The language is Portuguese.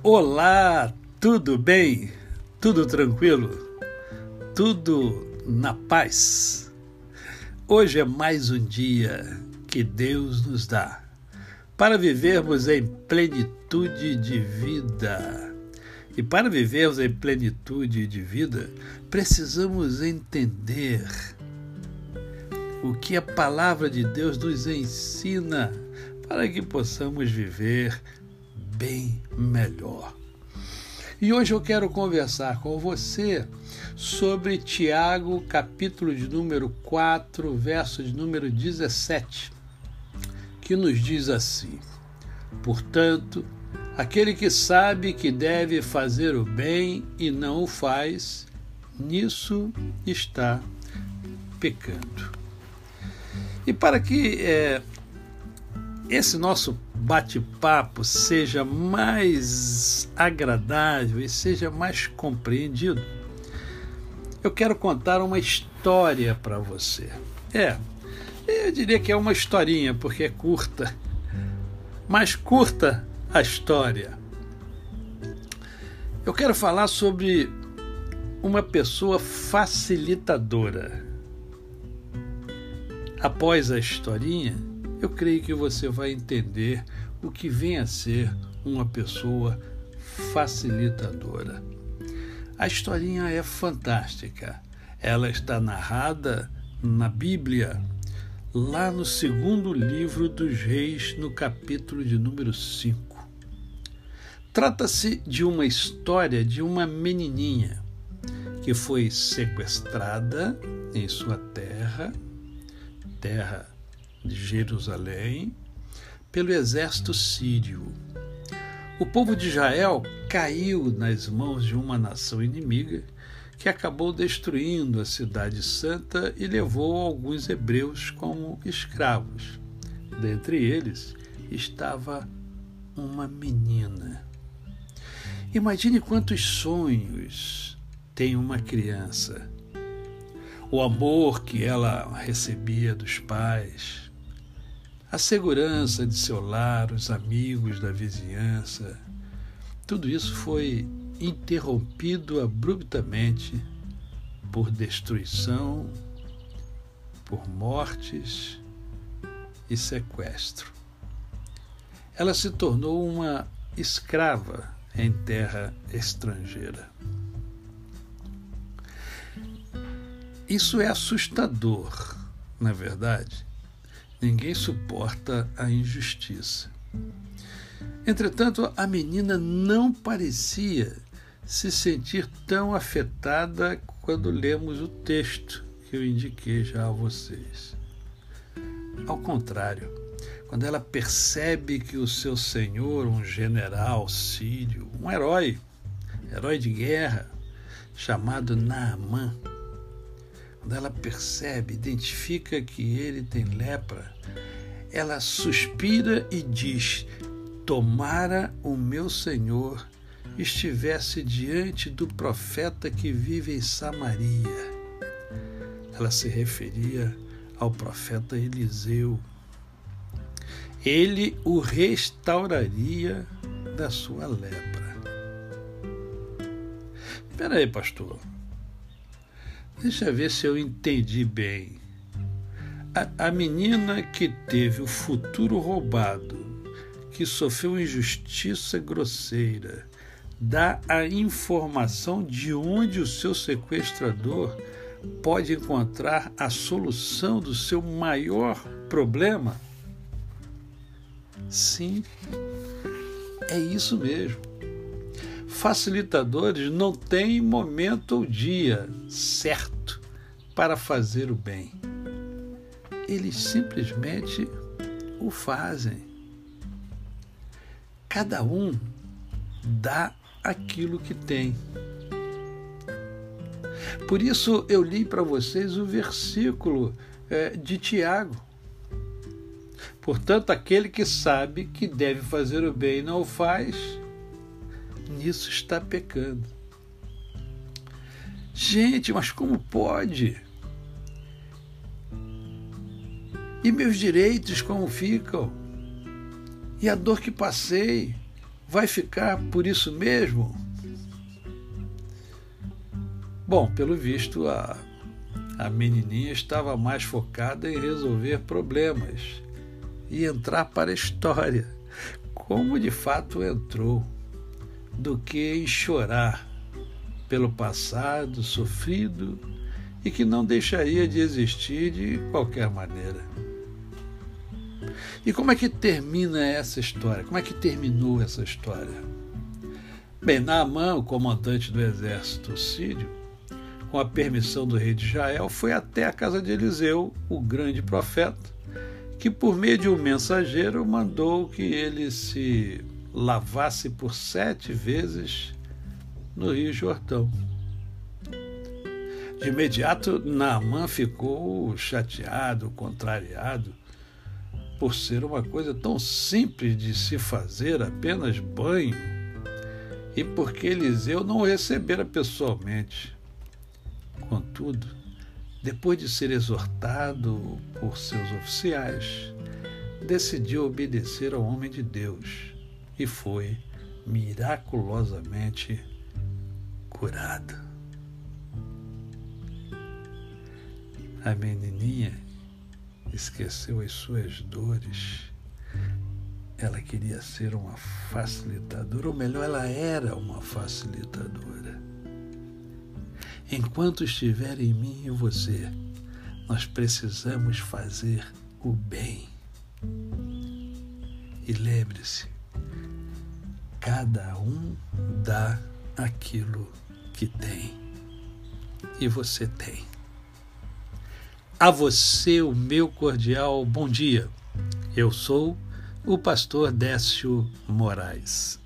Olá, tudo bem? Tudo tranquilo? Tudo na paz? Hoje é mais um dia que Deus nos dá para vivermos em plenitude de vida. E para vivermos em plenitude de vida, precisamos entender o que a palavra de Deus nos ensina para que possamos viver bem melhor. E hoje eu quero conversar com você sobre Tiago, capítulo de número 4, verso de número 17, que nos diz assim: portanto, aquele que sabe que deve fazer o bem e não o faz, nisso está pecando. E para que esse nosso bate-papo seja mais agradável e seja mais compreendido, eu quero contar uma história para você. Eu diria que é uma historinha, porque é curta, mas curta a história. Eu quero falar sobre uma pessoa facilitadora. Após a historinha, eu creio que você vai entender o que vem a ser uma pessoa facilitadora. A historinha é fantástica. Ela está narrada na Bíblia, lá no segundo livro dos Reis, no capítulo de número 5. Trata-se de uma história de uma menininha que foi sequestrada em sua terra de Jerusalém, pelo exército sírio. O povo de Israel caiu nas mãos de uma nação inimiga que acabou destruindo a cidade santa e levou alguns hebreus como escravos. Dentre eles estava uma menina. Imagine quantos sonhos tem uma criança. O amor que ela recebia dos pais, a segurança de seu lar, os amigos da vizinhança, tudo isso foi interrompido abruptamente por destruição, por mortes e sequestro. Ela se tornou uma escrava em terra estrangeira. Isso é assustador, na verdade. Ninguém suporta a injustiça. Entretanto, a menina não parecia se sentir tão afetada quando lemos o texto que eu indiquei já a vocês. Ao contrário, quando ela percebe que o seu senhor, um general sírio, um herói de guerra, chamado Naamã, quando ela percebe, identifica que ele tem lepra, ela suspira e diz: tomara o meu Senhor estivesse diante do profeta que vive em Samaria. Ela se referia ao profeta Eliseu. Ele o restauraria da sua lepra. Espera aí, pastor. Deixa eu ver se eu entendi bem. A menina que teve o futuro roubado, que sofreu injustiça grosseira, dá a informação de onde o seu sequestrador pode encontrar a solução do seu maior problema? Sim, é isso mesmo. Facilitadores não têm momento ou dia certo para fazer o bem. Eles simplesmente o fazem. Cada um dá aquilo que tem. Por isso eu li para vocês o versículo de Tiago. Portanto, aquele que sabe que deve fazer o bem e não o faz, nisso está pecando. Gente, mas como pode? E meus direitos como ficam? E a dor que passei? Vai ficar por isso mesmo? Bom, pelo visto, a menininha estava mais focada em resolver problemas e entrar para a história, como de fato entrou, do que em chorar pelo passado sofrido e que não deixaria de existir de qualquer maneira. E como é que termina essa história? Como é que terminou essa história? Bem, Naamã, o comandante do exército sírio, com a permissão do rei de Israel, foi até a casa de Eliseu, o grande profeta, que por meio de um mensageiro mandou que ele se lavasse por 7 vezes no Rio Jordão. De imediato, Naamã ficou chateado, contrariado, por ser uma coisa tão simples de se fazer, apenas banho, e porque Eliseu não o recebera pessoalmente. Contudo, depois de ser exortado por seus oficiais, decidiu obedecer ao homem de Deus e foi miraculosamente curado. A menininha esqueceu as suas dores. Ela queria ser uma facilitadora, ou melhor, ela era uma facilitadora. Enquanto estiver em mim e você, nós precisamos fazer o bem. E lembre-se, cada um dá aquilo que tem. E você tem. A você o meu cordial bom dia. Eu sou o pastor Décio Moraes.